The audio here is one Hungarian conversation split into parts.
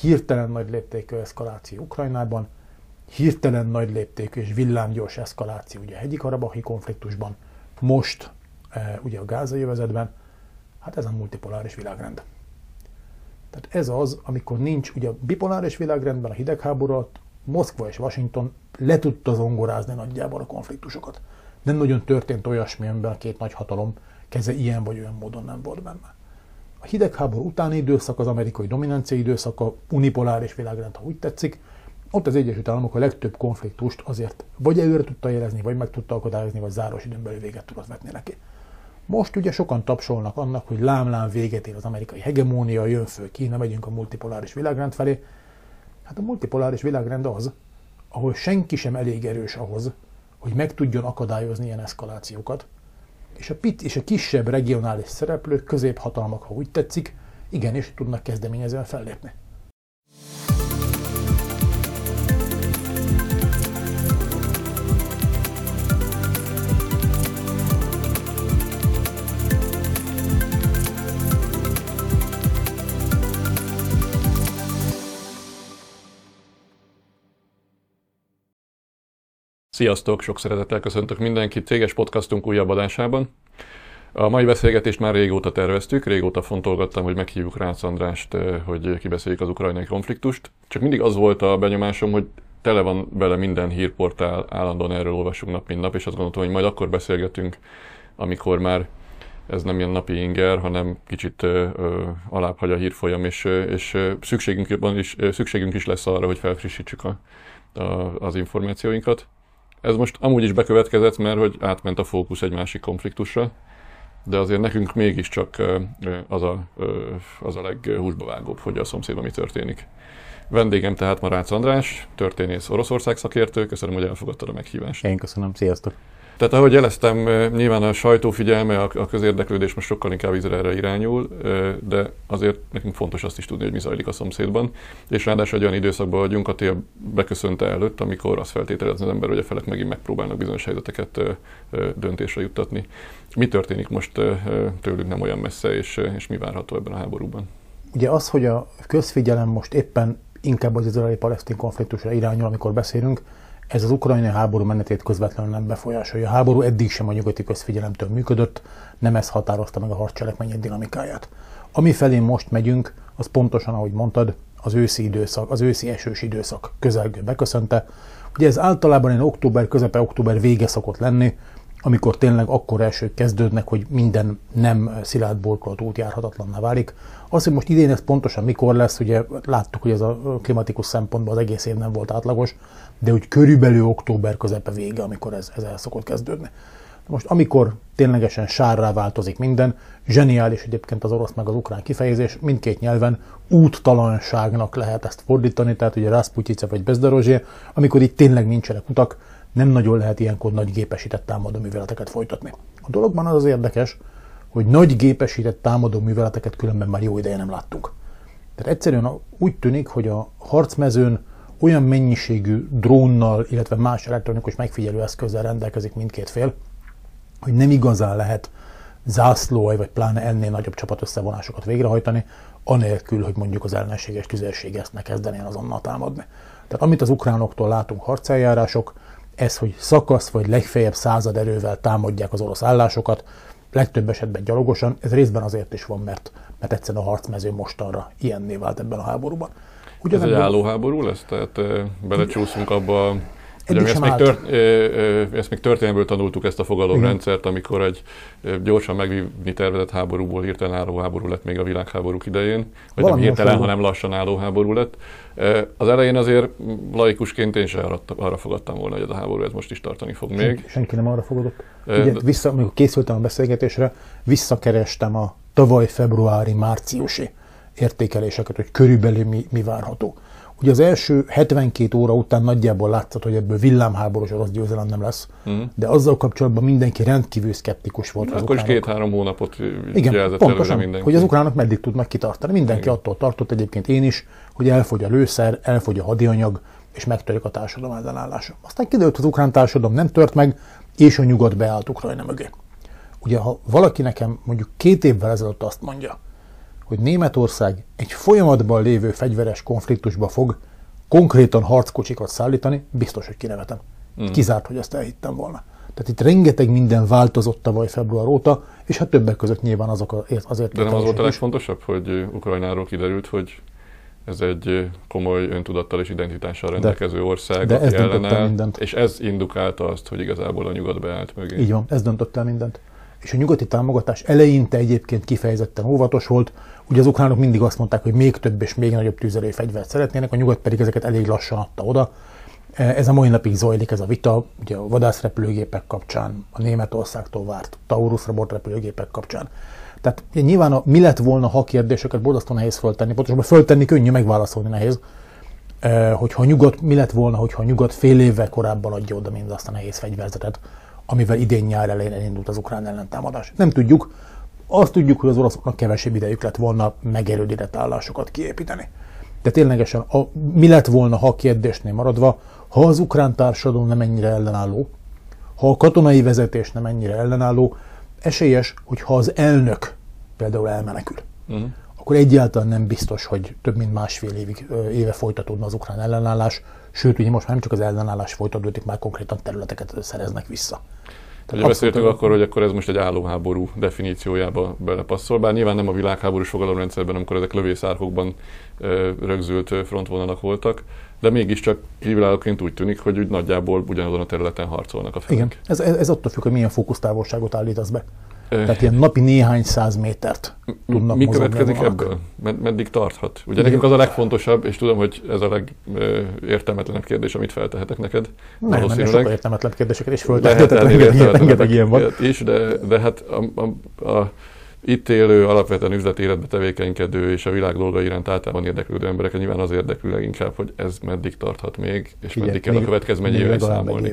hirtelen nagy léptékű eszkaláció Ukrajnában, hirtelen nagy léptékű és villámgyors eszkaláció ugye a hegyi karabahi konfliktusban, most ugye a gázai övezetben, hát ez a multipoláris világrend. Tehát ez az, amikor nincs, ugye a bipoláris világrendben a hidegháború alatt Moszkva és Washington le tudta zongorázni nagyjából a konfliktusokat. Nem nagyon történt olyasmi, amiben a két nagy hatalom keze ilyen vagy olyan módon nem volt benne. A hidegháború utáni időszak, az amerikai dominancia időszaka, unipoláris világrend, ha úgy tetszik, ott az Egyesült Államok a legtöbb konfliktust azért vagy előre tudta jelezni, vagy meg tudta akadályozni, vagy záros időn belül véget tudott vetni neki. Most ugye sokan tapsolnak annak, hogy lám-lám véget ér az amerikai hegemónia, jön föl Kína, megyünk a multipoláris világrend felé. Hát a multipoláris világrend az, ahol senki sem elég erős ahhoz, hogy meg tudjon akadályozni ilyen eszkalációkat, és a kisebb regionális szereplők, középhatalmak, ha úgy tetszik, igenis tudnak kezdeményezően fellépni. Sziasztok! Sok szeretettel köszöntök mindenkit Céges Podcastunk újabb adásában. A mai beszélgetést már régóta terveztük, régóta fontolgattam, hogy meghívjuk Rácz Andrást, hogy kibeszéljük az ukrajnai konfliktust. Csak mindig az volt a benyomásom, hogy tele van vele minden hírportál, állandóan erről olvasunk nap mint nap, és azt gondoltam, hogy majd akkor beszélgetünk, amikor már ez nem ilyen napi inger, hanem kicsit alább hagy a hírfolyam, és szükségünk is lesz arra, hogy felfrissítsük az információinkat. Ez most amúgy is bekövetkezett, mert hogy átment a fókusz egy másik konfliktusra, de azért nekünk mégiscsak az a leghúsba vágóbb, hogy a szomszédban mi történik. Vendégem tehát ma Rácz András, történész, Oroszország szakértő. Köszönöm, hogy elfogadtad a meghívást. Én köszönöm, sziasztok! Tehát ahogy jeleztem, nyilván a sajtó figyelme, a közérdeklődés most sokkal inkább Izraelre irányul, de azért nekünk fontos azt is tudni, hogy mi zajlik a szomszédban. És ráadásul egy olyan időszakban vagyunk a tél beköszönte előtt, amikor azt feltételezni az ember, hogy a felek megint megpróbálnak bizonyos helyzeteket döntésre juttatni. Mi történik most tőlük nem olyan messze, és mi várható ebben a háborúban? Ugye az, hogy a közfigyelem most éppen inkább az izraeli-palesztin konfliktusra irányul, amikor beszélünk, ez az ukrajnai háború menetét közvetlenül nem befolyásolja. A háború eddig sem a nyugati közfigyelemtől működött, nem ez határozta meg a harccselekmények dinamikáját. Ami felé most megyünk, az pontosan, ahogy mondtad, az őszi időszak, az őszi esős időszak közelgő beköszönte. Ugye ez általában egy október közepe, október vége szokott lenni, amikor tényleg akkor esők kezdődnek, hogy minden nem szilárd burkolt út járhatatlanná válik. Az, hogy most idén ez pontosan mikor lesz, ugye láttuk, hogy ez a klimatikus szempontból az egész év nem volt átlagos, de úgy körülbelül október közepe vége, amikor ez el szokott kezdődni. Most amikor ténylegesen sárrá változik minden, zseniális egyébként az orosz meg az ukrán kifejezés, mindkét nyelven úttalanságnak lehet ezt fordítani, tehát ugye Rasputyice vagy Bezdorozsé, amikor itt tényleg nincsenek utak, nem nagyon lehet ilyenkor nagy gépesített támadóműveleteket folytatni. A dologban az érdekes, hogy nagy gépesített támadóműveleteket különben már jó ideje nem láttunk. Tehát egyszerűen úgy tűnik, hogy a harcmezőn olyan mennyiségű drónnal, illetve más elektronikus megfigyelő eszközzel rendelkezik mindkét fél, hogy nem igazán lehet zászlóaj, vagy pláne ennél nagyobb csapatösszevonásokat végrehajtani, anélkül, hogy mondjuk az ellenséges tüzérség ezt ne kezdenén azonnal támadni. Tehát amit az ukránoktól látunk harceljárások, ez, hogy szakasz vagy legfeljebb század erővel támadják az orosz állásokat, legtöbb esetben gyalogosan, ez részben azért is van, mert egyszerűen a harcmező mostanra ilyenné vált ebben a háborúban. Ez egy álló háború lesz? Tehát belecsúszunk abba, hogy ezt még történelmből tanultuk, ezt a fogalomrendszert, amikor egy gyorsan megvívni tervezett háborúból hirtelen álló háború lett még a világháborúk idején, vagy nem hirtelen, hanem lassan álló háború lett. Az elején azért laikusként én sem arra fogadtam volna, hogy ez a háború ez most is tartani fog még. Senki nem arra fogadott. Ugye amikor készültem a beszélgetésre, visszakerestem a tavaly februári-márciusi értékeléseket, hogy körülbelül mi várható. Ugye az első 72 óra után nagyjából látszott, hogy ebből villámháborús orosz győzelem nem lesz, de azzal kapcsolatban mindenki rendkívül szkeptikus volt. Akkor is 2-3 hónapot jelzett előre mindenki. Hogy az ukránok meddig tudnak kitartani. Mindenki attól tartott, egyébként én is, hogy elfogy a lőszer, elfogy a hadianyag, és megtörik a társadalom ellenállása. Aztán kiderült, az ukrán társadalom nem tört meg, és a nyugat beállt Ukrajna mögé. Ugye, ha valaki nekem mondjuk 2 évvel ezelőtt azt mondja, hogy Németország egy folyamatban lévő fegyveres konfliktusba fog konkrétan harckocsikat szállítani, biztos, hogy kinevetem. Kizárt, hogy ezt elhittem volna. Tehát itt rengeteg minden változott tavaly február óta, és hát többek között nyilván azok azért... De nem az volt a legfontosabb, hogy Ukrajnáról kiderült, hogy ez egy komoly öntudattal és identitással rendelkező ország, de aki ellenáll, és ez indukálta azt, hogy igazából a nyugat beállt mögé. Így van, ez döntött el mindent. És a nyugati támogatás eleinte egyébként kifejezetten óvatos volt. Ugye az ukránok mindig azt mondták, hogy még több és még nagyobb tüzelői fegyvert szeretnének, a nyugat pedig ezeket elég lassan adta oda. Ez a mai napig zajlik ez a vita, ugye a vadászrepülőgépek kapcsán, a Németországtól várt Taurus robotrepülőgépek kapcsán. Tehát nyilván mi lett volna, ha kérdéseket borzasztó nehéz föltenni, pontosabban föltenni könnyű, megválaszolni nehéz, hogyha a nyugat, mi lett volna, hogyha a nyugat fél évvel korábban adja oda mindazt a nehéz fegyverzetet, amivel idén nyár elején elindult az ukrán ellentámadás. Nem tudjuk. Azt tudjuk, hogy az oroszoknak kevesebb idejük lett volna megerődített állásokat kiépíteni. De ténylegesen mi lett volna, ha a kérdésnél maradva, ha az ukrán társadalom nem ennyire ellenálló, ha a katonai vezetés nem ennyire ellenálló, esélyes, hogy ha az elnök például elmenekül, akkor egyáltalán nem biztos, hogy több mint másfél éve folytatódna az ukrán ellenállás, sőt, ugye most már nem csak az ellenállás folytatódik, már konkrétan területeket szereznek vissza. Ugye beszéltünk akkor, hogy akkor ez most egy állóháború definíciójába belepasszol, bár nyilván nem a világháborús fogalomrendszerben, amikor ezek lövészárkokban rögzült frontvonalak voltak, de mégiscsak kívülállóként úgy tűnik, hogy úgy nagyjából ugyanazon a területen harcolnak a felek. Igen, ez attól függ, hogy milyen fókusztávolságot állítasz be. Tehát ilyen napi néhány száz métert tudnak mi következik ebből? Meddig tarthat? Ugye nekünk az a legfontosabb, és tudom, hogy ez a legértelmetlenebb kérdés, amit feltehetek neked. Nem, sokkal értelmetlenebb kérdéseket is föltehetek, rengeteg ilyen van. Is, de hát a itt élő, alapvetően üzleti életbe tevékenykedő és a világ dolgai iránt általában érdeklődő embereket nyilván az érdekül leginkább, hogy ez meddig tarthat még, és meddig kell a következményével számolni.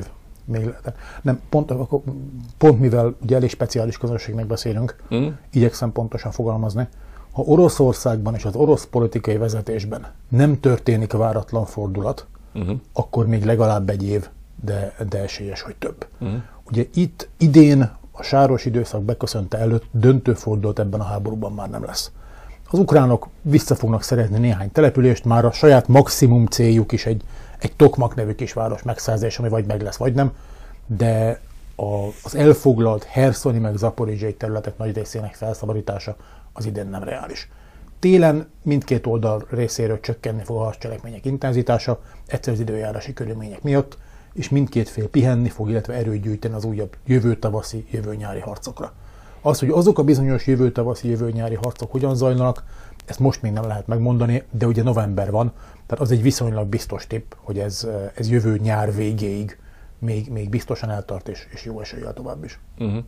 Nem, pont mivel ugye elég speciális közönségnek beszélünk, igyekszem pontosan fogalmazni, ha Oroszországban és az orosz politikai vezetésben nem történik váratlan fordulat, akkor még legalább egy év, de esélyes, hogy több. Ugye itt idén a sáros időszak beköszönte előtt döntő fordulat ebben a háborúban már nem lesz. Az ukránok vissza fognak szerezni néhány települést, már a saját maximum céljuk is egy Tokmak nevű kisváros megszerzés, ami vagy meg lesz, vagy nem, de az elfoglalt herszoni meg zaporizsiai területek nagy részének felszabadítása az idén nem reális. Télen mindkét oldal részéről csökkenni fog a harccselekmények intenzitása, egyszer az időjárási körülmények miatt, és mindkét fél pihenni fog, illetve erőt gyűjteni az újabb jövő tavaszi, jövő nyári harcokra. Az, hogy azok a bizonyos jövő tavaszi, jövő nyári harcok hogyan zajlanak, ezt most még nem lehet megmondani, de ugye november van, tehát az egy viszonylag biztos tipp, hogy ez jövő nyár végéig még biztosan eltart, és jó eséllyel tovább is.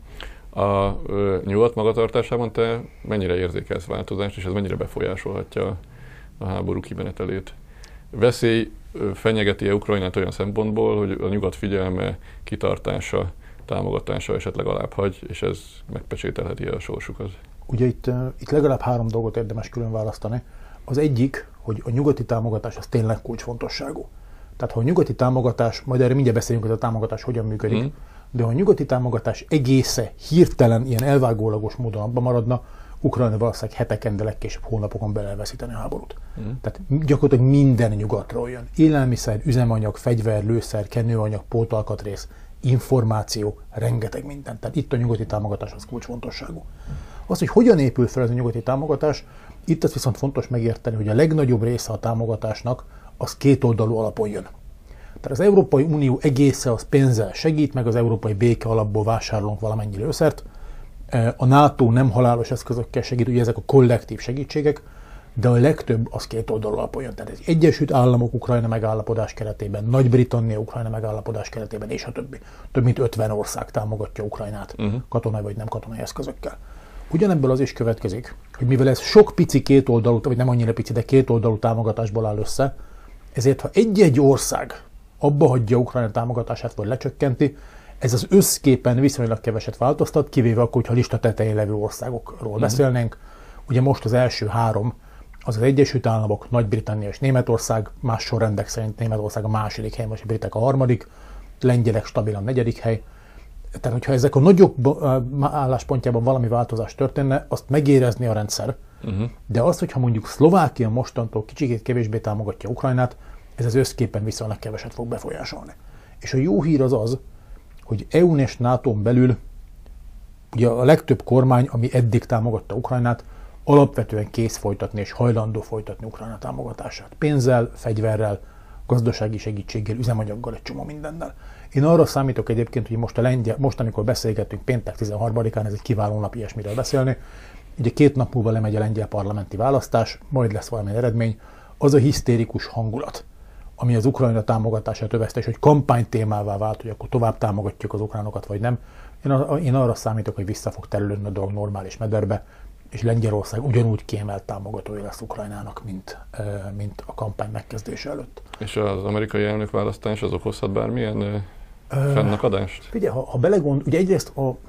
A nyugat magatartásában te mennyire érzékelsz változást, és ez mennyire befolyásolhatja a háború kimenetelét? Veszély fenyegeti-e Ukrajnát olyan szempontból, hogy a nyugat figyelme, kitartása, támogatása esetleg alábbhagy, és ez megpecsételheti a sorsukat? Ugye itt legalább 3 dolgot érdemes külön választani. Az egyik, hogy a nyugati támogatás az tényleg kulcsfontosságú. Tehát ha a nyugati támogatás, majd erre mindjárt beszélünk, hogy a támogatás hogyan működik, de ha a nyugati támogatás egésze hirtelen ilyen elvágólagos módon abba maradna, Ukrajna valószínűleg heteken, de legkésőbb hónapokon bele elveszíteni a háborút. Tehát gyakorlatilag minden nyugatról jön. Élelmiszer, üzemanyag, fegyver, lőszer, kenőanyag, pótalkatrész, információ, rengeteg minden. Tehát itt a nyugati támogatás az kulcsfontosságú. Az, hogy hogyan épül fel ez a nyugati támogatás, itt az viszont fontos megérteni, hogy a legnagyobb része a támogatásnak az kétoldalú alapon jön. Tehát az Európai Unió egésze az pénzzel segít, meg az Európai Béke Alapból vásárolunk valamennyi lőszert. A NATO nem halálos eszközökkel segít, ugye ezek a kollektív segítségek, de a legtöbb az kétoldalú alapon jön. Tehát az Egyesült Államok Ukrajna megállapodás keretében, Nagy-Britannia Ukrajna megállapodás keretében, és a többi. Több mint 50 ország támogatja Ukrajnát katonai vagy nem katonai eszközökkel. Ugyanebből az is következik, hogy mivel ez sok pici kétoldalú, vagy nem annyira pici, de kétoldalú támogatásból áll össze, ezért ha egy-egy ország abba hagyja Ukrajna támogatását, vagy lecsökkenti, ez az összképen viszonylag keveset változtat, kivéve akkor, hogyha lista tetején levő országokról beszélnénk. Ugye most az első 3, az Egyesült Államok, Nagy-Britannia és Németország, más sorrendek szerint Németország a második hely, most a britek a harmadik, lengyelek stabilan 4. hely. Tehát, hogyha ezek a nagyobb álláspontjában valami változás történne, azt megérezni a rendszer, De az, hogyha mondjuk Szlovákia mostantól kicsikét kevésbé támogatja Ukrajnát, ez az összképpen viszonylag keveset fog befolyásolni. És a jó hír az az, hogy EU-n és NATO-n belül ugye a legtöbb kormány, ami eddig támogatta Ukrajnát, alapvetően kész folytatni és hajlandó folytatni Ukrajna támogatását. Pénzzel, fegyverrel, gazdasági segítséggel, üzemanyaggal, egy csomó mindennel. Én arra számítok egyébként, hogy most amikor beszélgetünk péntek 13-án, ez egy kiváló nap ilyesmiről beszélni, ugye 2 nap múlva lemegy a lengyel parlamenti választás, majd lesz valami eredmény, az a hisztérikus hangulat, ami az Ukrajna támogatását övezte, és hogy kampánytémává vált, hogy akkor tovább támogatjuk az ukránokat, vagy nem. Én arra számítok, hogy vissza fog terülni a dolog normális mederbe, és Lengyelország ugyanúgy kiemelt támogatója lesz Ukrajnának, mint a kampány megkezdése előtt. És az amerikai elnökválasztás az okozhat bármilyen fennakadást? Figyelj, ha belegond, ugye egyrészt,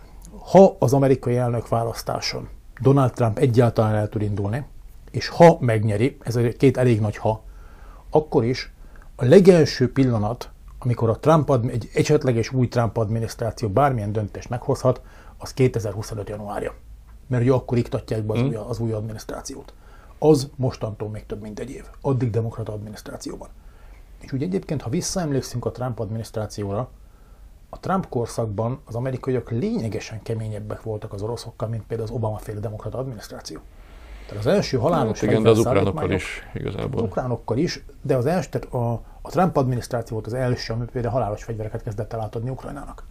ha az amerikai elnökválasztáson Donald Trump egyáltalán el tud indulni, és ha megnyeri, ez két elég nagy ha, akkor is a legelső pillanat, amikor egy esetleges új Trump adminisztráció bármilyen döntést meghozhat, az 2025. januárja. Mert ugye akkor iktatják be az új adminisztrációt. Az mostantól még több mint egy év. Addig demokrata adminisztrációban. És úgy egyébként, ha visszaemlékszünk a Trump adminisztrációra, a Trump korszakban az amerikaiak lényegesen keményebbek voltak az oroszokkal, mint például az Obama-féle demokrata adminisztráció. Tehát az első halálos igen, de az ukránokkal is igazából. Az ukránokkal is, de az első, tehát a Trump adminisztráció volt az első, ami például halálos fegyvereket kezdett el átadni Ukrajnának.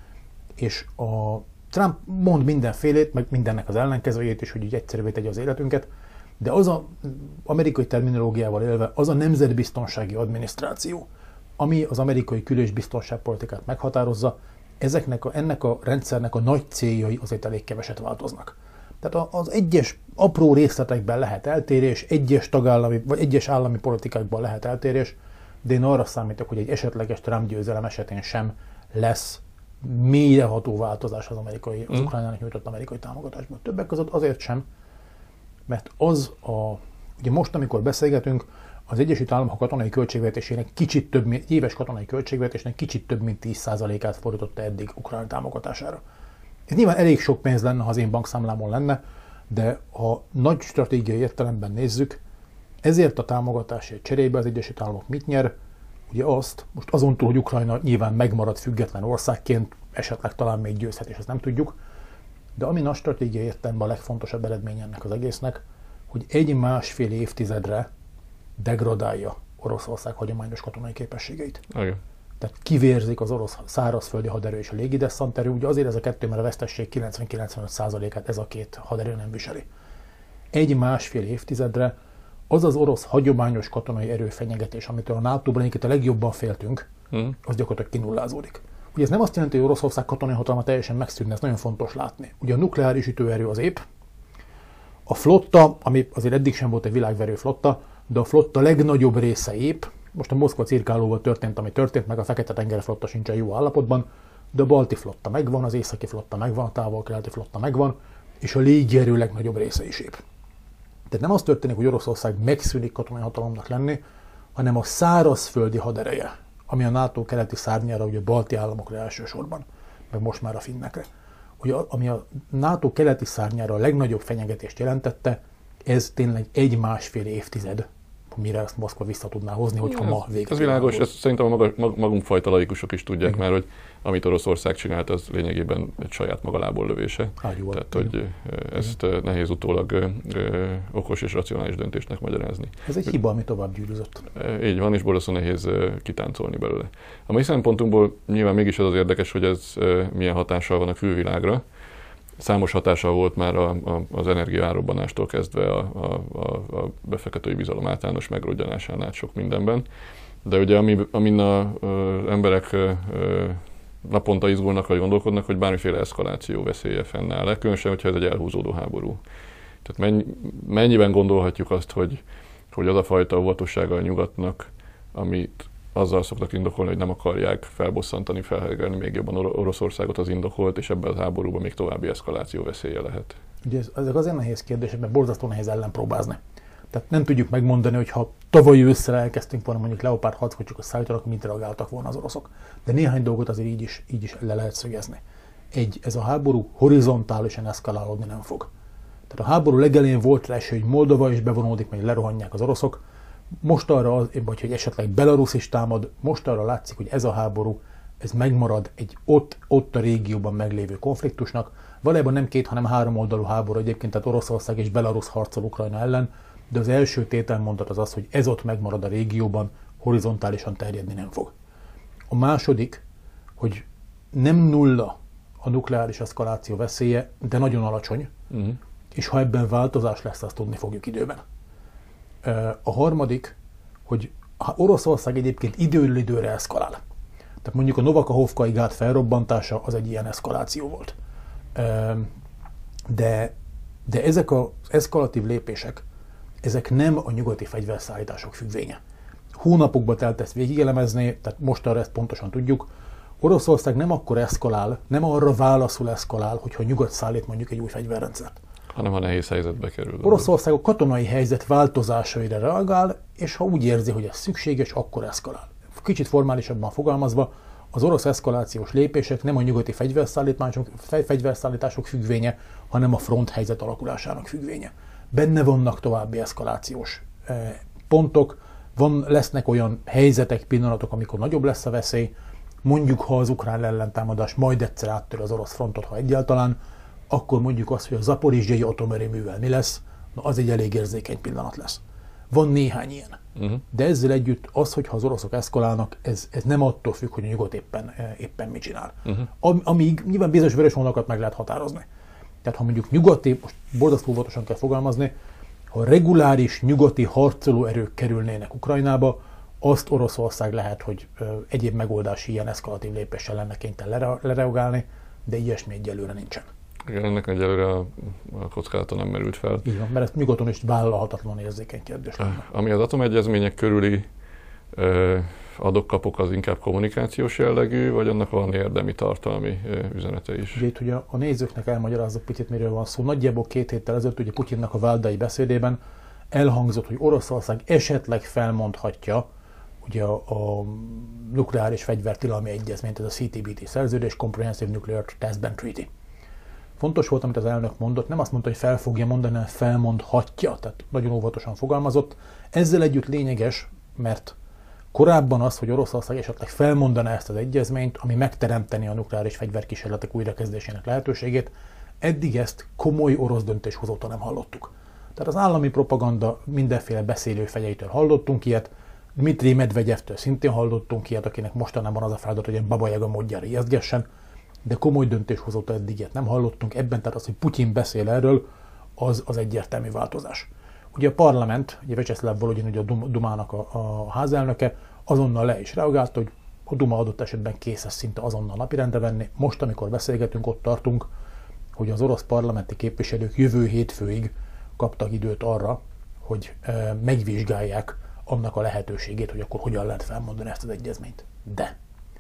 És a Trump mond mindenfélét, meg mindennek az ellenkezőjét is, hogy így egyszerűvé tegye az életünket, de az az amerikai terminológiával élve, az a nemzetbiztonsági adminisztráció, ami az amerikai kül- és biztonságpolitikát meghatározza, ennek a rendszernek a nagy céljai azért elég keveset változnak. Tehát az egyes apró részletekben lehet eltérés, egyes tagállami vagy egyes állami politikákban lehet eltérés, de én arra számítok, hogy egy esetleges Trump győzelem esetén sem lesz mélyreható változás az Ukrajnának nyújtott amerikai támogatásban. Többek között azért sem, mert ugye most, amikor beszélgetünk, az Egyesült Államok katonai költségvetésének éves katonai költségvetésnek kicsit több mint 10%-át fordította eddig Ukrajna támogatására. Ez nyilván elég sok pénz lenne, ha az én bankszámlámon lenne, de ha nagy stratégiai értelemben nézzük, ezért a támogatásért cserébe az Egyesült Államok mit nyer? Ugye most azon túl, hogy Ukrajna nyilván megmarad független országként, esetleg talán még győzhet, és ezt nem tudjuk, de ami nagy stratégiai értelemben a legfontosabb eredmény ennek az egésznek, hogy 1-1,5 évtizedre degradálja Oroszország hagyományos katonai képességeit. Igen. Tehát kivérzik az orosz szárazföldi haderő és a légideszanterő, ugye azért ez a kettő, mert a vesztesség 90-95%-át ez a két haderő nem viseli. 1-1,5 évtizedre az az orosz hagyományos katonai erőfenyegetés, amitől a NATO-ban egyébként a legjobban féltünk, az gyakorlatilag kinullázódik. Ugye ez nem azt jelenti, hogy Oroszország katonai hatalma teljesen megszűnne, ez nagyon fontos látni. Ugye a nukleáris ütőerő az épp, a flotta, ami azért eddig sem volt egy világverő flotta, de a flotta legnagyobb része épp, most a Moszkva cirkálóval történt, ami történt, meg a Fekete-tenger flotta sincsen jó állapotban, de a balti flotta megvan, az északi flotta megvan, a távol-keleti flotta megvan, és a légierő legnagyobb része is épp. Tehát nem az történik, hogy Oroszország megszűnik katonai hatalomnak lenni, hanem a szárazföldi hadereje, ami a NATO keleti szárnyára, ugye a balti államokra elsősorban, meg most már a finnekre, ugye, ami a NATO keleti szárnyára a legnagyobb fenyegetést jelentette, ez tényleg 1-1,5 évtized, mire ezt Moszkva vissza tudná hozni, hogyha ma véget. Ez világos, ezt szerintem a magunk fajta laikusok is tudják már, hogy amit Oroszország csinált, az lényegében egy saját maga lából lövése. Tehát, hogy ezt nehéz utólag okos és racionális döntésnek magyarázni. Ez egy hiba, ami tovább gyűrűzött. Így van, és borzasztóan nehéz kitáncolni belőle. A mi szempontunkból nyilván mégis az érdekes, hogy ez milyen hatással van a külvilágra. Számos hatása volt már az energiaárobbanástól kezdve a befektetői bizalom általános megrodjanásán át sok mindenben. De ugye amin az emberek naponta izgulnak vagy gondolkodnak, hogy bármiféle eszkaláció veszélye fennáll, különösen, hogyha ez egy elhúzódó háború. Tehát mennyiben gondolhatjuk azt, hogy az a fajta óvatossága a nyugatnak, amit azzal szoktak indokolni, hogy nem akarják felbosszantani, felhergelni még jobban Oroszországot, az indokolt, és ebben a háborúban még további eszkaláció veszélye lehet. Ugye ezek azért nehéz kérdések, mert borzasztó nehéz ellenpróbázni. Tehát nem tudjuk megmondani, hogy ha tavalyi ősszel elkezdtünk volna mondjuk Leopard harckocsikat szállítani, akkor mint reagáltak volna az oroszok. De néhány dolgot azért így is le lehet szögezni. Ez a háború horizontálisan eszkalálódni nem fog. Tehát a háború legelején volt rá esély, hogy Moldova is bevonódik, majd lerohanják az oroszok. Most arra, vagy hogy esetleg Belarus is támad, most arra látszik, hogy ez a háború, ez megmarad egy ott a régióban meglévő konfliktusnak. Valójában nem két, hanem három oldalú háború egyébként, tehát Oroszország és Belarus harcol Ukrajna ellen, de az első tételmondat az az, hogy ez ott megmarad a régióban, horizontálisan terjedni nem fog. A második, hogy nem nulla a nukleáris eszkaláció veszélye, de nagyon alacsony, és ha ebben változás lesz, azt tudni fogjuk időben. A harmadik, hogy Oroszország egyébként időről időre eszkalál. Tehát mondjuk a Novakahovkai gát felrobbantása az egy ilyen eszkaláció volt. De ezek az eszkalatív lépések, ezek nem a nyugati fegyverszállítások függvénye. Hónapokba telt ezt végigelemezni, tehát mostanra ezt pontosan tudjuk. Oroszország nem akkor eszkalál, nem arra válaszul eszkalál, hogyha nyugat szállít mondjuk egy új fegyverrendszert. Hanem a nehéz helyzetbe kerül. Oroszország a katonai helyzet változásaira reagál, és ha úgy érzi, hogy ez szükséges, akkor eszkalál. Kicsit formálisabban fogalmazva, az orosz eszkalációs lépések nem a nyugati fegyverszállítások függvénye, hanem a front helyzet alakulásának függvénye. Benne vannak további eszkalációs pontok, lesznek olyan helyzetek, pillanatok, amikor nagyobb lesz a veszély, mondjuk ha az ukrán ellentámadás majd egyszer áttör az orosz frontot, ha egyáltalán, akkor mondjuk azt, hogy a zaporizsgyai atomerőművel mi lesz, na az egy elég érzékeny pillanat lesz. Van néhány ilyen. De ezzel együtt az, hogyha az oroszok eszkalálnak, ez nem attól függ, hogy a nyugat éppen mit csinál. Amíg nyilván bizonyos vörösvonalakat meg lehet határozni. Tehát ha mondjuk nyugati, most borzasztó óvatosan kell fogalmazni, ha reguláris nyugati harcoló erők kerülnének Ukrajnába, azt Oroszország lehet, hogy egyéb megoldási ilyen eszkalatív lépéssel lenne kénytelen lereagálni, de ilyesmi egyelőre nincsen. Igen, ennek egyelőre a kockázata nem merült fel. Így van, mert ez nyugaton is vállalhatatlan érzékeny kérdés lenne. Ami az atomegyezmények körüli adok-kapok, az inkább kommunikációs jellegű, vagy annak van érdemi tartalmi üzenete is? Ugye itt ugye a nézőknek elmagyarázzuk picit, miről van szó. Nagyjából 2 héttel ezelőtt ugye Putyinnak a váldai beszédében elhangzott, hogy Oroszország esetleg felmondhatja ugye a nukleáris fegyvertilalmi egyezményt, ez a CTBT szerződés, Comprehensive Nuclear Test Ban Treaty. Fontos volt, amit az elnök mondott, nem azt mondta, hogy fel fogja mondani, hanem felmondhatja, tehát nagyon óvatosan fogalmazott. Ezzel együtt lényeges, mert korábban az, hogy Oroszország esetleg felmondaná ezt az egyezményt, ami megteremteni a nukleáris fegyverkísérletek újrakezdésének lehetőségét, eddig ezt komoly orosz döntéshozótól nem hallottuk. Tehát az állami propaganda mindenféle beszélőfegyeitől hallottunk ilyet, Dmitri Medvegyevtől szintén hallottunk ilyet, akinek mostanában az a feladat, hogy egy Baba Jaga módjára ijesztgessen, de komoly döntéshozótól eddig ilyet nem hallottunk. Ebben tehát az, hogy Putyin beszél erről, az egyértelmű változás. Ugye a parlament, ugye Vyacheslav Volodyin, ugye a Dumának a házelnöke, azonnal le is reagált, hogy a Duma adott esetben kész ezt szinte azonnal napirendre venni. Most, amikor beszélgetünk, ott tartunk, hogy az orosz parlamenti képviselők jövő hétfőig kaptak időt arra, hogy megvizsgálják annak a lehetőségét, hogy akkor hogyan lehet felmondani ezt az egyezményt. De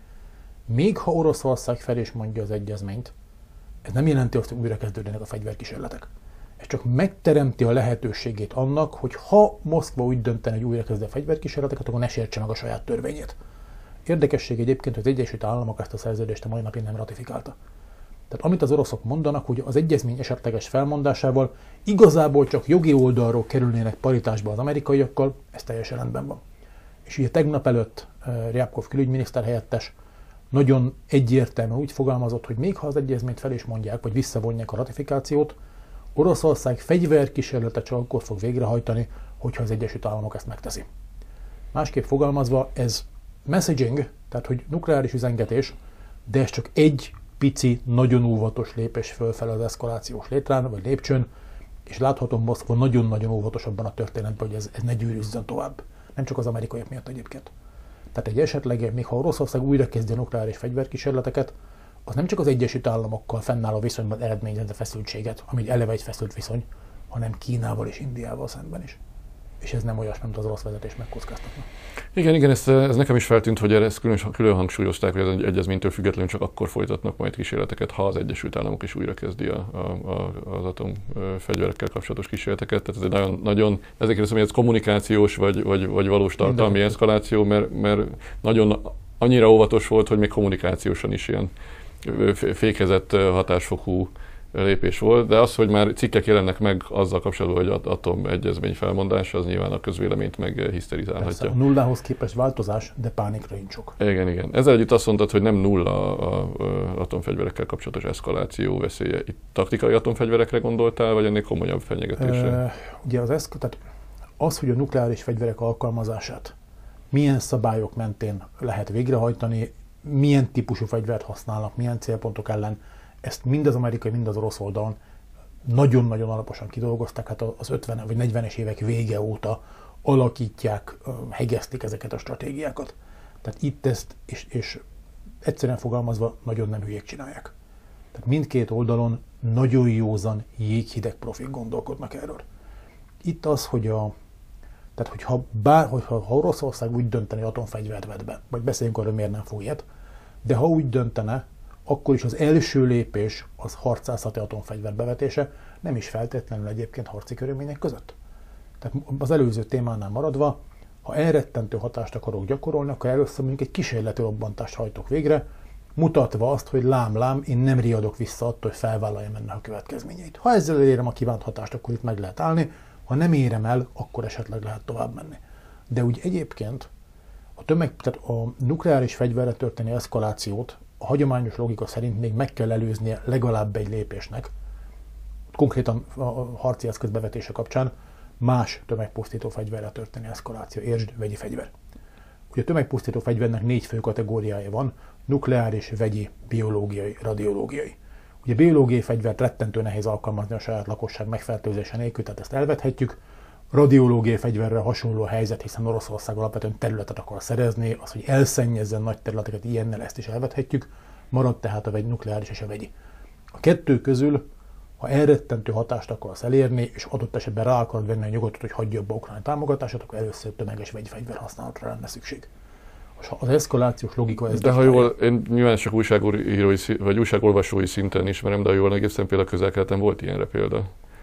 még ha Oroszország fel is mondja az egyezményt, ez nem jelenti azt, hogy újra kezdődnek a fegyverkísérletek. Ez csak megteremti a lehetőségét annak, hogy ha Moszkva úgy döntene, hogy újra kezd a fegyverkísérleteket, akkor ne sértse meg a saját törvényét. Érdekesség egyébként, hogy az Egyesült Államok ezt a szerződést a mai napig nem ratifikálta. Tehát amit az oroszok mondanak, hogy az egyezmény esetleges felmondásával igazából csak jogi oldalról kerülnének paritásba az amerikaiakkal, ez teljesen rendben van. És ugye tegnap előtt Ryabkov külügyminiszter helyettes nagyon egyértelműen úgy fogalmazott, hogy még ha az egyezményt fel is mondják, vagy visszavonják a ratifikációt, Oroszország fegyverkísérletet csak akkor fog végrehajtani, hogyha az Egyesült Államok ezt megteszi. Másképp fogalmazva, ez messaging, tehát hogy nukleáris üzengetés, de ez csak egy pici, nagyon óvatos lépés fölfel az eszkalációs létrán, vagy lépcsőn, és láthatom Moszkva nagyon-nagyon óvatos abban a történetben, hogy ez ne gyűrűzzön tovább. Nem csak az amerikaiak miatt egyébként. Tehát egy esetleg, még ha Oroszország újra kezdje a nukleáris fegyverkísérleteket, az nem csak az Egyesült Államokkal fennálló viszonyban eredményez a feszültséget, ami eleve egy feszült viszony, hanem Kínával és Indiával szemben is. És ez nem olyasmi, mint az orosz vezetés megkockáztatna. Igen, ez nekem is feltűnt, hogy ezt külön hangsúlyozták, hogy az egyezménytől függetlenül csak akkor folytatnak majd kísérleteket, ha az Egyesült Államok is újra kezdi az atomfegyverekkel kapcsolatos kísérleteket. Tehát ez egy nagyon ezért kérdezem, hogy ez kommunikációs vagy valós tartalmi eszkaláció, mert nagyon annyira óvatos volt, hogy még kommunikációsan is ilyen fékezett hatásfokú lépés volt, de az, hogy már cikkek jelennek meg azzal kapcsolatban, hogy atomegyezmény felmondása, az nyilván a közvéleményt meg hiszterizálhatja. Persze, a nullához képest változás, de pánikra nincs ok. Igen. Ezzel együtt azt mondtad, hogy nem nulla az atomfegyverekkel kapcsolatos eszkaláció veszélye. Itt taktikai atomfegyverekre gondoltál, vagy ennél komolyabb fenyegetésre? Ugye tehát az, hogy a nukleáris fegyverek alkalmazását milyen szabályok mentén lehet végrehajtani, milyen típusú fegyvert használnak, milyen célpontok ellen, ezt mind az amerikai, mind az orosz oldalon nagyon-nagyon alaposan kidolgozták, hát az 50 vagy 40-es évek vége óta alakítják, hegesztik ezeket a stratégiákat. Tehát itt ezt, és egyszerűen fogalmazva, nagyon nem hülyék csinálják. Tehát mindkét oldalon nagyon józan, jéghideg profik gondolkodnak erről. Itt az, hogy tehát hogyha Oroszország úgy döntene, hogy atomfegyvert vet be, vagy beszéljünk arról, miért nem fog ilyet, de ha úgy döntene, akkor is az első lépés az harcászati atomfegyver bevetése, nem is feltétlenül egyébként harci körülmények között. Tehát az előző témánál maradva, ha elrettentő hatást akarok gyakorolni, akkor először mondjuk egy kísérleti robbantást hajtok végre, mutatva azt, hogy lám, én nem riadok vissza attól, hogy felvállaljam ennek a következményeit. Ha ezzel elérem a kívánt hatást, akkor itt meg lehet állni, ha nem érem el, akkor esetleg lehet tovább menni. De úgy egyébként tehát a nukleáris fegyverre történő eszkalációt a hagyományos logika szerint még meg kell előznie legalább egy lépésnek, konkrétan a harci eszköz bevetése kapcsán más tömegpusztító fegyverre történő eszkaláció, értsd, vegyi fegyver. Ugye a tömegpusztító fegyvernek 4 fő kategóriája van, nukleáris, vegyi, biológiai, radiológiai. Ugye a biológiai fegyvert rettentő nehéz alkalmazni a saját lakosság megfertőzése nélkül, tehát ezt elvethetjük. Radiológiai fegyverrel hasonló a helyzet, hiszen Oroszország alapvetően területet akar szerezni, az, hogy elszennyezzen nagy területeket ilyennel, ezt is elvethetjük. Marad tehát a nukleáris és a vegyi. A kettő közül, ha elrettentő hatást akarsz elérni, és adott esetben rá akarod venni a nyugatot, hogy hagyja abba Ukrajna támogatását, akkor először tömeges vegyi fegyver használatra lenne szükség. Az eszkalációs logika ez. De ha jól, én nyilván csak újságírói vagy újságolvasói szinten ismerem, de ha jól egészen például Közel-Keleten volt ilyenre példa.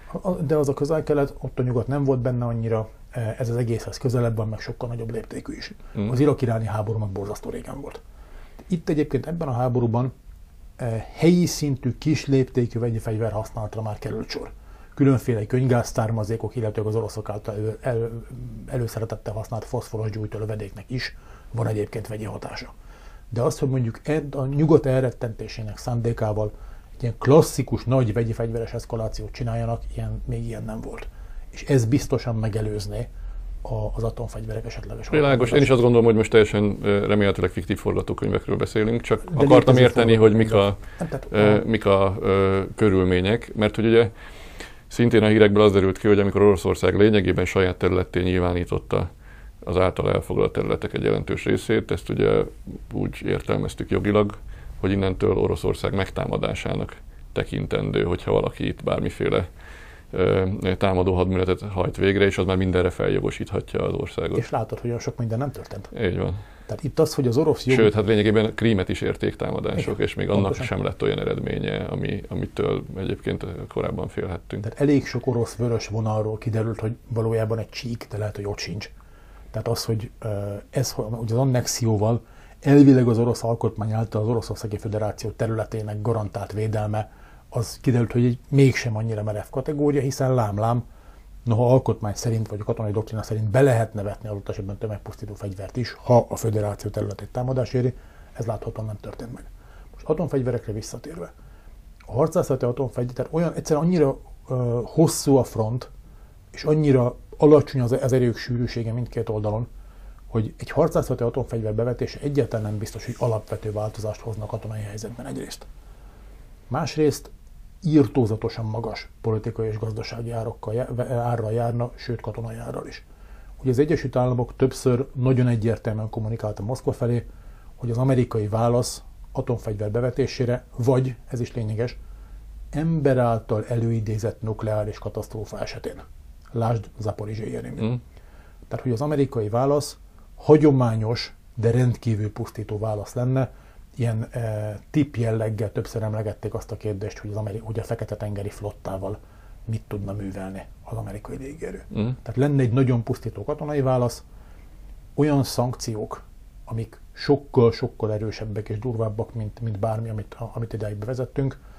De az a Közel-Kelet, ott a nyugat nem volt benne annyira, ez az egészhez közelebb van, meg sokkal nagyobb léptékű is. Az irak-iráni háború meg borzasztó régen volt. Itt egyébként ebben a háborúban helyi szintű kis léptékű vegyi fegyver használatra már került sor. Különféle könyvgázszármazékok, illetve az oroszok által előszeretettel használt foszforos gyújtólövedéknek is van egyébként vegyi hatása. De az, hogy mondjuk a nyugat elrettentésének szándékával egy ilyen klasszikus nagy vegyi fegyveres eszkalációt csináljanak, még ilyen nem volt. És ez biztosan megelőzné az atomfegyverek esetleges. Világos, én is azt gondolom, hogy most teljesen remélhetőleg fiktív forgatókönyvekről beszélünk, csak de akartam érteni, hogy mik a körülmények, mert hogy ugye szintén a hírekből az derült ki, hogy amikor Oroszország lényegében saját területté nyilvánította az által elfoglalt területek egy jelentős részét, ezt ugye úgy értelmeztük jogilag, hogy innentől Oroszország megtámadásának tekintendő, hogyha valaki itt bármiféle támadó hadműveletet hajt végre, és az már mindenre feljogosíthatja az országot. És látod, hogy olyan sok minden nem történt. Így van. Tehát itt az, hogy az orosz jog... Sőt, hát lényegében Krímet is érték támadások, és még annak sem lett olyan eredménye, amitől egyébként korábban félhettünk. Tehát elég sok orosz vörös vonalról kiderült, hogy valójában egy csík, de lehet, hogy ott sincs. Tehát az, hogy ugye az annexióval elvileg az orosz alkotmány által az Oroszországi Föderáció területének garantált védelme, az kiderült, hogy egy mégsem annyira merev kategória, hiszen lám, noha alkotmány szerint, vagy a katonai doktrina szerint be lehetne vetni adott esetben tömegpusztító fegyvert is, ha a föderáció területét támadás éri, ez láthatóan nem történt meg. Most atomfegyverekre visszatérve. A harcászati atomfegyver, tehát olyan egyszerűen annyira hosszú a front, és annyira alacsony az erők sűrűsége mindkét oldalon, hogy egy harcászati atomfegyver bevetése egyáltalán nem biztos, hogy alapvető változást hoznak katonai helyzetben egyrészt. Másrészt irtózatosan magas politikai és gazdasági árral járna, sőt katonai árral is. Ugye az Egyesült Államok többször nagyon egyértelműen kommunikálta Moszkva felé, hogy az amerikai válasz atomfegyver bevetésére, vagy, ez is lényeges, ember által előidézett nukleáris katasztrófa esetén. Lásd Zaporizsé erőmű. Tehát, hogy az amerikai válasz hagyományos, de rendkívül pusztító válasz lenne, ilyen tipp jelleggel többször emlegették azt a kérdést, hogy a Fekete-tengeri flottával mit tudna művelni az amerikai légierő. Tehát lenne egy nagyon pusztító katonai válasz, olyan szankciók, amik sokkal-sokkal erősebbek és durvábbak, mint bármi, amit idáig bevezettünk,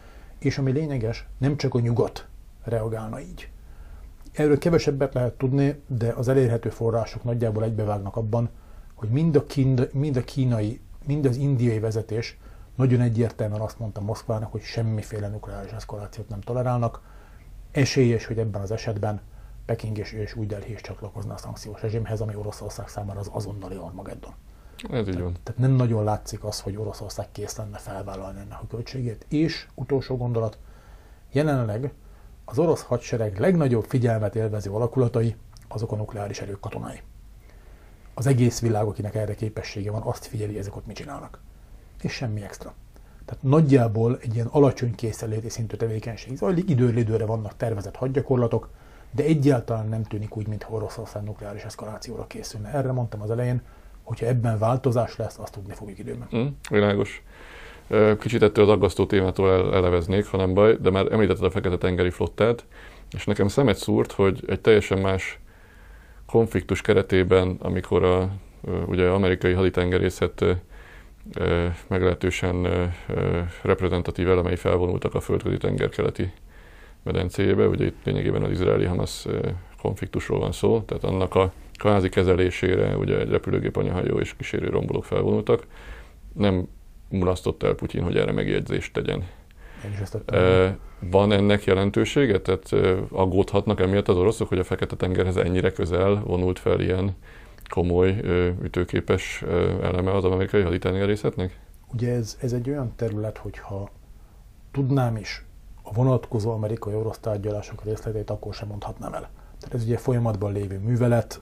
és ami lényeges, nem csak a nyugat reagálna így. Erről kevesebbet lehet tudni, de az elérhető források nagyjából egybevágnak abban, hogy mind a kínai, mind az indiai vezetés nagyon egyértelműen azt mondta Moszkvának, hogy semmiféle nukleáris eszkalációt nem tolerálnak. Esélyes, hogy ebben az esetben Peking és új Delhi is csatlakozna a szankciós rezsimhez, ami Oroszország számára az azonnali Armageddon. Ez így van. Tehát nem nagyon látszik az, hogy Oroszország kész lenne felvállalni ennek a költségét. És utolsó gondolat, jelenleg az orosz hadsereg legnagyobb figyelmet élvező alakulatai azok a nukleáris erők katonái. Az egész világ, akinek erre képessége van, azt figyeli, ezek ott mit csinálnak. És semmi extra. Tehát nagyjából egy ilyen alacsony készenléti szintű tevékenység zajlik, időről időre vannak tervezett hadgyakorlatok, de egyáltalán nem tűnik úgy, mintha Oroszország nukleáris eszkalációra készülne. Erre mondtam az elején, hogyha ebben változás lesz, azt tudni fogjuk időben. Világos. Kicsit ettől az aggasztó témától eleveznék, ha nem baj, de már említetted a Fekete-tengeri flottát, és nekem szemet szúrt, hogy egy teljesen más konfliktus keretében, amikor ugye amerikai haditengerészet meglehetősen reprezentatív elemei felvonultak a földközi tenger keleti medencéjébe, ugye itt lényegében az izraeli-Hamas konfliktusról van szó, tehát annak a kvázi kezelésére ugye egy repülőgép, anyahajó és kísérő rombolók felvonultak. Nem mulasztott el Putyin, hogy erre megjegyzést tegyen. Van ennek jelentősége? Tehát aggódhatnak emiatt az oroszok, hogy a Fekete-tengerhez ennyire közel vonult fel ilyen komoly, ütőképes eleme az amerikai haditengerészetnek? Ugye ez egy olyan terület, hogyha tudnám is a vonatkozó amerikai-orosz tárgyalások részleteit, akkor sem mondhatnám el. Tehát ez ugye folyamatban lévő művelet,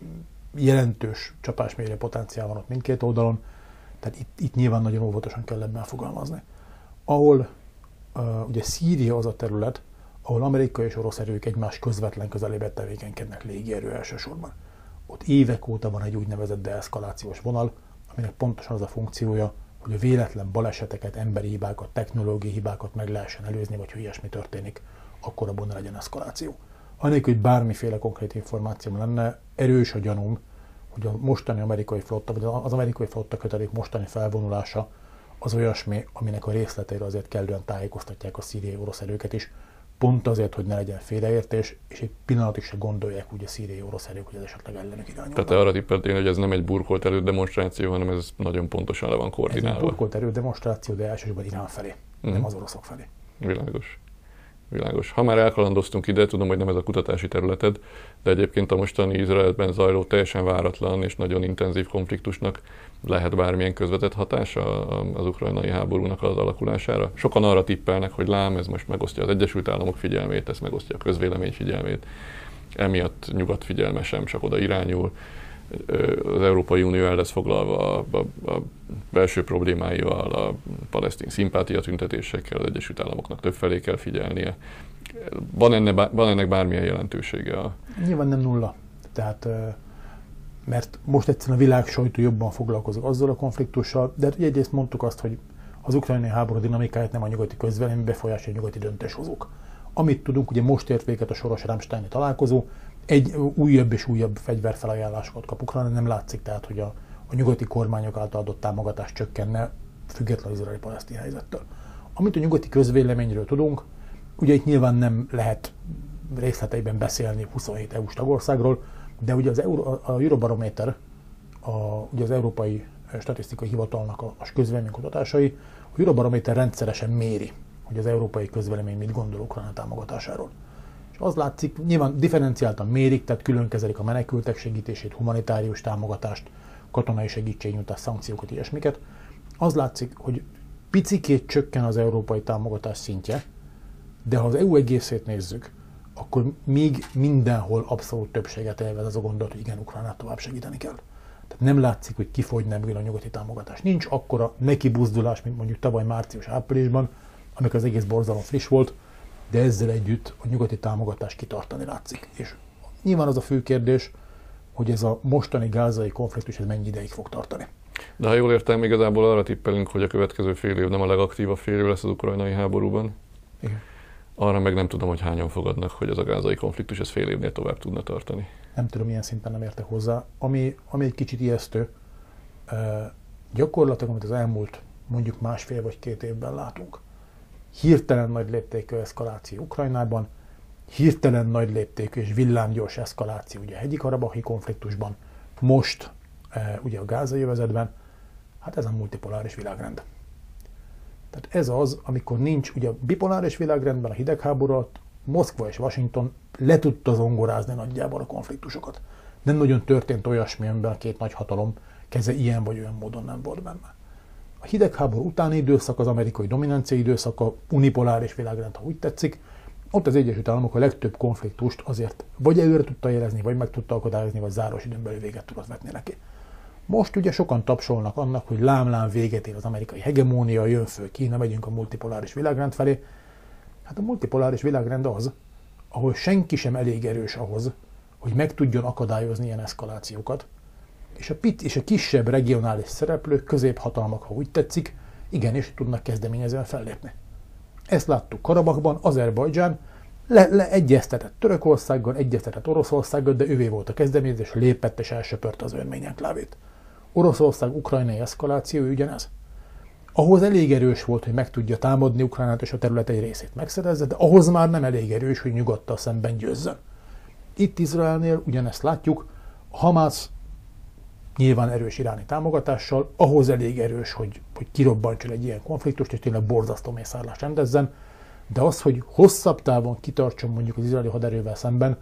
jelentős csapásmérő potenciál van ott mindkét oldalon, tehát itt nyilván nagyon óvatosan kell ebben fogalmazni. Ahol ugye Szíria az a terület, ahol amerikai és orosz erők egymás közvetlen közelében tevékenykednek, légierő elsősorban. Ott évek óta van egy úgynevezett deeszkalációs vonal, aminek pontosan az a funkciója, hogy a véletlen baleseteket, emberi hibákat, technológiai hibákat meg lehessen előzni, vagy ha ilyesmi történik, akkor abban ne legyen eszkaláció. Anélkül, hogy bármiféle konkrét információm lenne, erős a gyanúm, hogy a mostani amerikai flotta, vagy az amerikai flotta kötelék mostani felvonulása az olyasmi, aminek a részleteire azért kellően tájékoztatják a szíriai orosz erőket is, pont azért, hogy ne legyen félreértés, és egy pillanatig se gondolják úgy a szíriai orosz erők, hogy ez esetleg ellenük irányulnak. Tehát arra tippeltél, hogy ez nem egy burkolt erődemonstráció, hanem ez nagyon pontosan le van koordinálva. Ez egy burkolt erődemonstráció, de elsősorban Irán felé, nem az oroszok felé. Világos. Világos. Ha már elkalandoztunk ide, tudom, hogy nem ez a kutatási területed, de egyébként a mostani Izraelben zajló teljesen váratlan és nagyon intenzív konfliktusnak lehet bármilyen közvetett hatása az ukrajnai háborúnak az alakulására? Sokan arra tippelnek, hogy lám, ez most megosztja az Egyesült Államok figyelmét, ez megosztja a közvélemény figyelmét, emiatt nyugat figyelme sem csak oda irányul. Az Európai Unió el lesz foglalva a belső problémáival, a palesztin szimpátia tüntetésekkel, az Egyesült Államoknak többfelé kell figyelnie. Van ennek bármilyen jelentősége? Nyilván nem nulla. Tehát, mert most egyszerűen a világ sajtó jobban foglalkozik azzal a konfliktussal, de egyrészt mondtuk azt, hogy az ukrajnai háború dinamikáját nem a nyugati közvélemény befolyásolja a nyugati döntéshozók. Amit tudunk, ugye most ért véget a soros Ramsteini találkozó, egy újabb és újabb fegyverfelajánlásokat kap Ukrajna, nem látszik tehát, hogy a nyugati kormányok által adott támogatás csökkenne, független az izraeli-palesztin helyzettől. Amit a nyugati közvéleményről tudunk, ugye itt nyilván nem lehet részleteiben beszélni 27 EU-s tagországról, de ugye a Eurobarométer, ugye az Európai Statisztikai Hivatalnak a közvéleménykutatásai, a Eurobarométer rendszeresen méri, hogy az európai közvélemény mit gondol Ukrajna támogatásáról. És az látszik, nyilván differenciáltan mérik, tehát külön kezelik a menekültek segítését, humanitárius támogatást, katonai segítségnyújtást, szankciókat, ilyesmiket. Az látszik, hogy picikét csökken az európai támogatás szintje, de ha az EU egészét nézzük, akkor még mindenhol abszolút többséget élvez az a gondolat, hogy igen, Ukrajnát tovább segíteni kell. Tehát nem látszik, hogy kifogyna ebből a nyugati támogatás. Nincs akkora nekibuzdulás, mint mondjuk tavaly március-áprilisban, amikor az egész borzalom friss volt, de ezzel együtt a nyugati támogatás kitartani látszik. És nyilván az a fő kérdés, hogy ez a mostani gázai konfliktus ez mennyi ideig fog tartani. De ha jól értem, igazából arra tippelünk, hogy a következő fél év nem a legaktívabb fél év lesz az ukrajnai háborúban. Igen. Arra meg nem tudom, hogy hányan fogadnak, hogy ez a gázai konfliktus ez fél évnél tovább tudna tartani. Nem tudom, milyen szinten nem értek hozzá. Ami egy kicsit ijesztő, gyakorlatilag, amit az elmúlt mondjuk másfél vagy 2 évben látunk, hirtelen nagy léptékű eszkaláció Ukrajnában, hirtelen nagy léptékű és villámgyors eszkaláció ugye a hegyi-karabahi konfliktusban, most ugye a gázai övezetben, hát ez a multipoláris világrend. Tehát ez az, amikor nincs, ugye a bipoláris világrendben, a hidegháború alatt Moszkva és Washington le tudta zongorázni nagyjából a konfliktusokat. Nem nagyon történt olyasmi, amiben a két nagy hatalom keze ilyen vagy olyan módon nem volt benne. A hidegháború utáni időszak, az amerikai dominancia időszaka, unipoláris világrend, ha úgy tetszik, ott az Egyesült Államok a legtöbb konfliktust azért vagy előre tudta jelezni, vagy meg tudta akadályozni, vagy záros időn belül véget tudott vetni neki. Most ugye sokan tapsolnak annak, hogy lám-lám véget ér az amerikai hegemónia, jön föl Kína, megyünk a multipoláris világrend felé. Hát a multipoláris világrend az, ahol senki sem elég erős ahhoz, hogy meg tudjon akadályozni ilyen eszkalációkat, és a kisebb regionális szereplők, középhatalmak, ha úgy tetszik, igenis tudnak kezdeményezően fellépni. Ezt láttuk Karabachban, Azerbajdzsán leegyeztetett Törökországgal, egyeztetett Oroszországgal, de ővé volt a kezdeményezés, lépett és elsöpörte az örmény enklávét. Oroszország ukrajnai eszkaláció ugyanez. Ahhoz elég erős volt, hogy meg tudja támadni Ukrajnát és a terület egy részét megszerezze, de ahhoz már nem elég erős, hogy nyugattal szemben győzzön. Itt Izraelnél ugyanezt látjuk, a Hamász nyilván erős iráni támogatással, ahhoz elég erős, hogy kirobbantson egy ilyen konfliktust, és tényleg borzasztó mészárlást rendezzen, de az, hogy hosszabb távon kitartson mondjuk az izraeli haderővel szemben,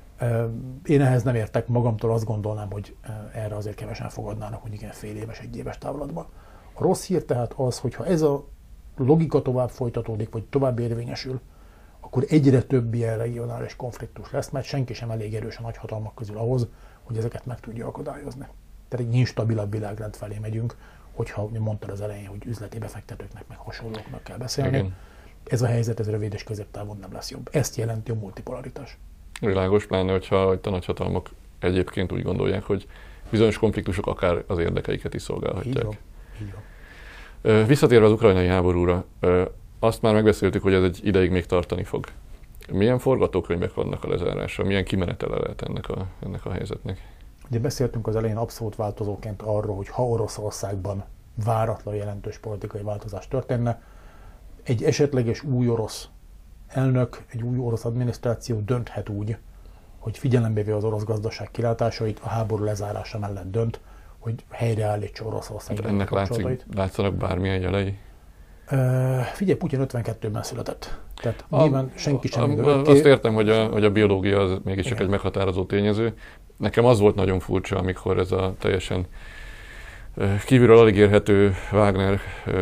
én ehhez nem értek, magamtól azt gondolnám, hogy erre azért kevesen fogadnának, hogy igen, fél éves, egy éves távlatban. A rossz hír tehát az, hogy ha ez a logika tovább folytatódik, vagy tovább érvényesül, akkor egyre több ilyen regionális konfliktus lesz, mert senki sem elég erős a nagyhatalmak közül ahhoz, hogy ezeket meg tudja akadályozni. Tehát egy instabilabb világrend felé megyünk, hogyha mondtad az elején, hogy üzleti befektetőknek meg hasonlóknak kell beszélni. Igen. Ez a helyzet, ez rövid és középtávon nem lesz jobb. Ezt jelenti a multipolaritás. Világos, pláne, hogyha a nagyhatalmak egyébként úgy gondolják, hogy bizonyos konfliktusok akár az érdekeiket is szolgálhatják. Így van. Visszatérve az ukrajnai háborúra, azt már megbeszéltük, hogy ez egy ideig még tartani fog. Milyen forgatókönyvek vannak a lezárásra? Milyen kimenetele lehet ennek a helyzetnek? Ugye beszéltünk az elején abszolút változóként arról, hogy ha Oroszországban váratlan jelentős politikai változás történne, egy esetleges új orosz elnök, egy új orosz adminisztráció dönthet úgy, hogy figyelembe véve az orosz gazdaság kilátásait, a háború lezárása mellett dönt, hogy helyreállítsa Oroszország. Ennek látszanak bármilyen jelei? Figyelj, Putyin 52-ben született. Tehát nyilván senki sem azt értem, hogy a biológia az mégiscsak egy meghatározó tényező. Nekem az volt nagyon furcsa, amikor ez a teljesen kívülről alig érhető Wagner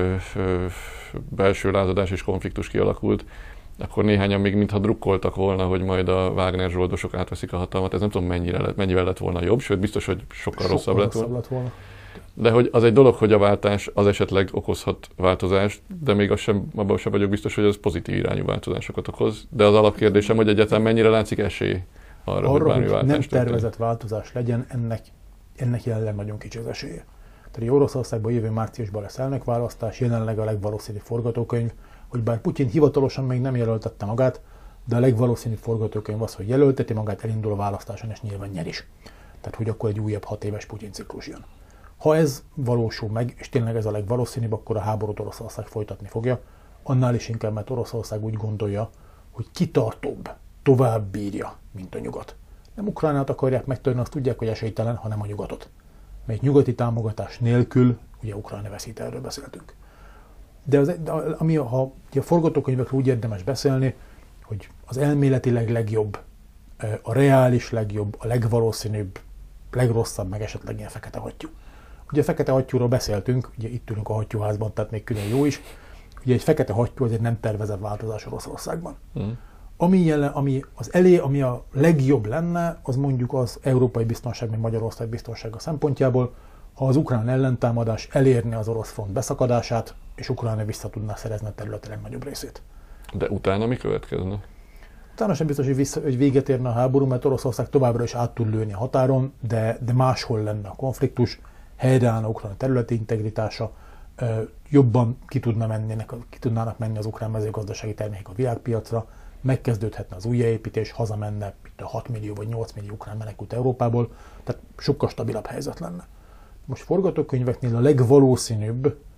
belső lázadás és konfliktus kialakult, akkor néhányan még mintha drukkoltak volna, hogy majd a Wagner zsoldosok átveszik a hatalmat. Ez nem tudom mennyivel lett volna jobb, sőt biztos, hogy sokkal rosszabb lett volna. De hogy az egy dolog, hogy a váltás az esetleg okozhat változást, de még abban sem vagyok biztos, hogy ez pozitív irányú változásokat okoz. De az alapkérdésem, hogy egyáltalán mennyire látszik esély arra, hogy bármi váltás nem tervezett változás legyen, ennek jelenleg nagyon kicsi az esélye. Tehát Oroszországban jövő márciusban lesz elnökválasztás, jelenleg a legvalószínűbb forgatókönyv, hogy bár Putyin hivatalosan még nem jelöltette magát, de a legvalószínűbb forgatókönyv az, hogy jelölteti magát, elindul a választáson, és nyilván nyer is. Tehát, hogy akkor egy újabb 6 éves Putyin ciklus jön. Ha ez valósul meg, és tényleg ez a legvalószínűbb, akkor a háborút Oroszország folytatni fogja, annál is inkább, mert Oroszország úgy gondolja, hogy kitartóbb, tovább bírja, mint a nyugat. Nem Ukrajnát akarják megtörni, azt tudják, hogy esélytelen, hanem a nyugatot. Mert nyugati támogatás nélkül, ugye Ukrajna veszít, erről beszéltünk. De ha a forgatókönyvekről úgy érdemes beszélni, hogy az elméletileg legjobb, a reális legjobb, a legvalószínűbb, legrosszabb, meg esetleg ilyen fekete hattyú. Ugye a fekete hattyúról beszéltünk, ugye itt ülünk a hattyúházban, tehát még külön jó is. Ugye egy fekete hattyú az egy nem tervezett változás Oroszországban. Ami a legjobb lenne, az mondjuk az európai biztonság, meg Magyarország biztonsága szempontjából, ha az ukrán ellentámadás elérni az orosz front beszakadását, és Ukrajna vissza tudná szerezni a terület legnagyobb részét. De utána mi következne? Utána sem biztos, hogy véget érne a háború, mert Oroszország továbbra is át tud lőni a határon, de máshol lenne a konfliktus, helyreállna Ukrajna területi integritása, jobban ki tudnának menni az ukrán mezőgazdasági termékek a világpiacra, megkezdődhetne az újjáépítés, hazamenne a 6 millió vagy 8 millió ukrán menekült Európából, tehát sokkal stabilabb helyzet lenne. Most forgatókönyveknél a legvalószínűbb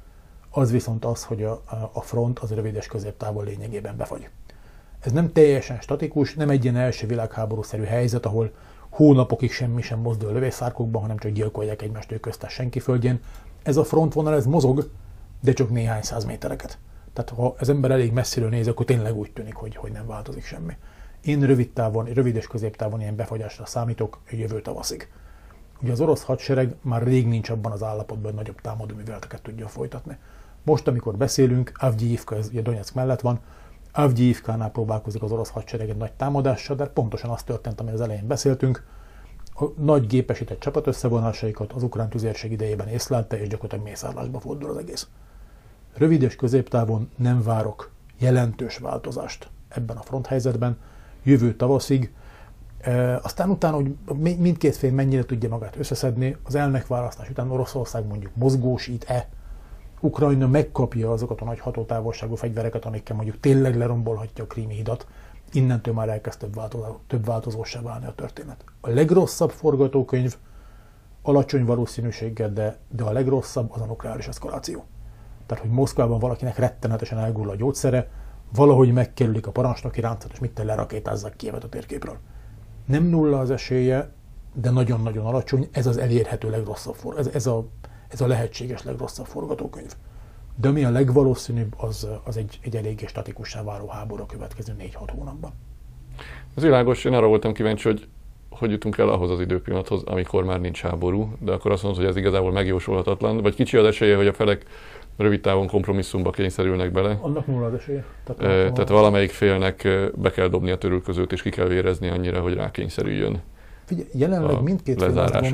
az viszont az, hogy a front az rövid és középtávon lényegében befagy. Ez nem teljesen statikus, nem egy ilyen első világháborúszerű helyzet, ahol hónapokig semmi sem mozdul a lövészárkokban, hanem csak gyilkolják egymást köztes senki földjén. Ez a frontvonal, ez mozog, de csak néhány száz métereket. Tehát ha az ember elég messziről néz, akkor tényleg úgy tűnik, hogy nem változik semmi. Én rövid és középtávon ilyen befagyásra számítok jövő tavaszig. Ugye az orosz hadsereg már rég nincs abban az állapotban, hogy nagyobb támadóműveleteket tudja folytatni. Most, amikor beszélünk, Avdyivka, ez ugye Donyeck mellett van, Avdyivkánál próbálkozik az orosz hadsereg egy nagy támadással, de pontosan az történt, ami az elején beszéltünk. A nagy gépesített csapat összevonásaikat az ukrán tüzérség idejében észlelte, és gyakorlatilag mészárlásba fordul az egész. Rövid és középtávon nem várok jelentős változást ebben a fronthelyzetben, jövő tavaszig. Aztán utána, hogy mindkét fél mennyire tudja magát összeszedni, az elnökválasztás után Oroszország mondjuk mozgósít-e, Ukrajna megkapja azokat a nagy hatótávolságú fegyvereket, amikkel mondjuk tényleg lerombolhatja a Krími hidat, innentől már elkezd több változósá válni a történet. A legrosszabb forgatókönyv alacsony valószínűséggel, de a legrosszabb az a nukleáris eszkaláció. Tehát, hogy Moszkvában valakinek rettenetesen elgurul a gyógyszere, valahogy megkerülik a parancsnoki ráncot, és mit lerakétázzák Kijevet a térképről. Nem nulla az esélye, de nagyon-nagyon alacsony, ez az elérhető legrosszabb ez a lehetséges legrosszabb forgatókönyv. De ami a legvalószínűbb, az egy eléggé statikussá váló háború a következő 4-6 hónapban. Ez világos, én arra voltam kíváncsi, hogy jutunk el ahhoz az időpillanathoz, amikor már nincs háború, de akkor azt mondod, hogy ez igazából megjósolhatatlan, vagy kicsi az esélye, hogy a felek rövid távon kompromisszumba kényszerülnek bele. Annak nulla az esélye. Tehát valamelyik félnek be kell dobni a törülközőt, és ki kell vérezni annyira, hogy rákényszerüljön. Figyelj, jelenleg mindkét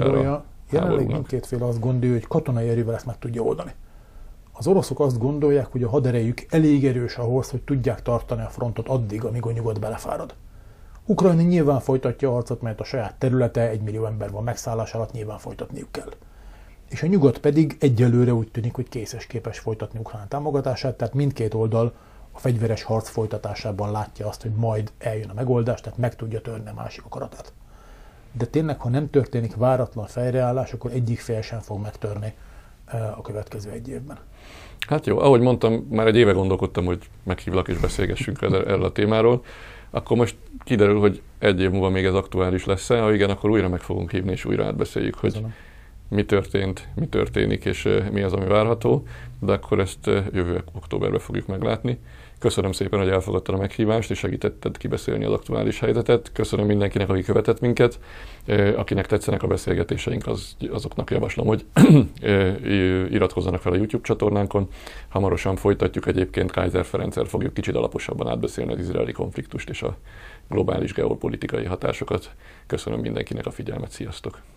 fél azt gondolja, hogy katonai erővel ezt meg tudja oldani. Az oroszok azt gondolják, hogy a haderejük elég erős ahhoz, hogy tudják tartani a frontot addig, amíg a nyugat belefárad. Ukrajna nyilván folytatja a harcot, mert a saját területe, 1 millió ember van megszállás alatt, nyilván folytatniuk kell. És a nyugat pedig egyelőre úgy tűnik, hogy kész és képes folytatni Ukrajna támogatását, tehát mindkét oldal a fegyveres harc folytatásában látja azt, hogy majd eljön a megoldás, tehát meg tudja törni a másik akaratát. De tényleg, ha nem történik váratlan fejreállás, akkor egyik fél sem fog megtörni a következő 1 évben. Hát jó, ahogy mondtam, már egy éve gondolkodtam, hogy meghívlak és beszélgessünk erről a témáról. Akkor most kiderül, hogy 1 év múlva még ez aktuális lesz-e, ha igen, akkor újra meg fogunk hívni, és újra átbeszéljük, hogy mi történt, mi történik, és mi az, ami várható, de akkor ezt jövő októberben fogjuk meglátni. Köszönöm szépen, hogy elfogadtad a meghívást, és segítetted kibeszélni az aktuális helyzetet. Köszönöm mindenkinek, aki követett minket. Akinek tetszenek a beszélgetéseink, azoknak javaslom, hogy iratkozzanak fel a YouTube csatornánkon. Hamarosan folytatjuk, egyébként Kaiser Ferenccel fogjuk kicsit alaposabban átbeszélni az izraeli konfliktust és a globális geopolitikai hatásokat. Köszönöm mindenkinek a figyelmet, sziasztok!